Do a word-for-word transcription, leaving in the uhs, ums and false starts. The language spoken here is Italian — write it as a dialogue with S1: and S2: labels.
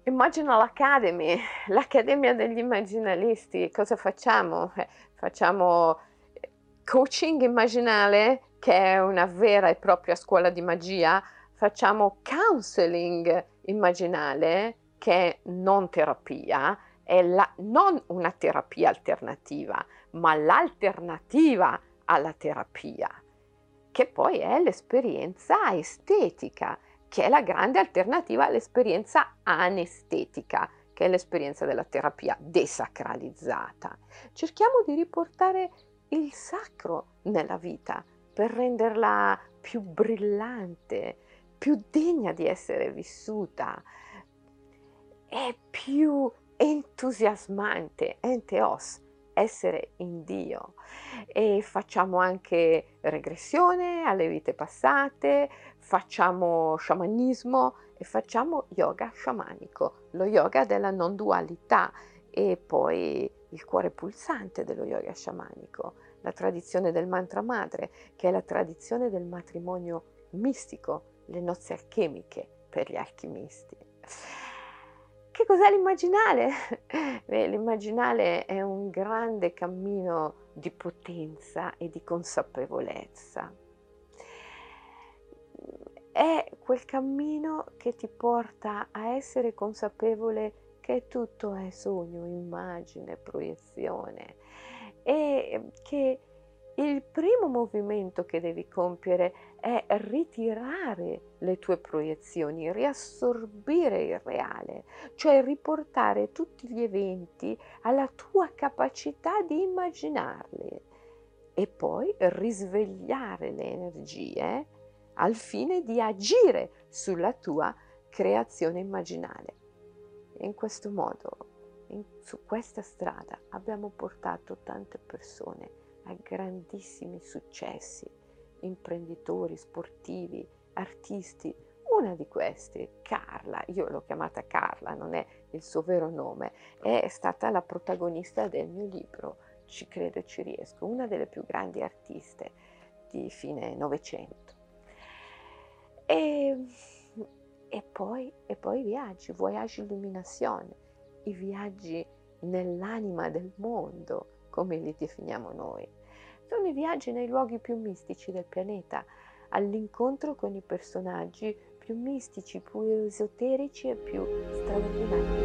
S1: Imaginal Academy, l'Accademia degli Immaginalisti. Cosa facciamo? Eh, facciamo eh, coaching immaginale, che è una vera e propria scuola di magia, facciamo counseling immaginale, che è non terapia, è la, non una terapia alternativa, ma l'alternativa alla terapia, che poi è l'esperienza estetica, che è la grande alternativa all'esperienza anestetica, che è l'esperienza della terapia desacralizzata. Cerchiamo di riportare il sacro nella vita per renderla più brillante, più degna di essere vissuta e più entusiasmante, enteos, essere in Dio. E facciamo anche regressione alle vite passate, facciamo sciamanismo e facciamo yoga sciamanico, lo yoga della non dualità, e poi il cuore pulsante dello yoga sciamanico, la tradizione del mantra madre, che è la tradizione del matrimonio mistico, le nozze alchemiche per gli alchimisti. Che cos'è l'immaginale? Beh, l'immaginale è un grande cammino di potenza e di consapevolezza. È quel cammino che ti porta a essere consapevole che tutto è sogno, immagine, proiezione, e che il primo movimento che devi compiere è ritirare le tue proiezioni, riassorbire il reale, cioè riportare tutti gli eventi alla tua capacità di immaginarli e poi risvegliare le energie al fine di agire sulla tua creazione immaginale. In questo modo, in, su questa strada, abbiamo portato tante persone a grandissimi successi, imprenditori, sportivi, artisti. Una di queste, Carla, io l'ho chiamata Carla, non è il suo vero nome, è stata la protagonista del mio libro Ci credo e ci riesco, una delle più grandi artiste di fine Novecento. E, e, poi, e poi i viaggi, voyage illuminazione, i viaggi nell'anima del mondo, come li definiamo noi. Sono i viaggi nei luoghi più mistici del pianeta, all'incontro con i personaggi più mistici, più esoterici e più straordinari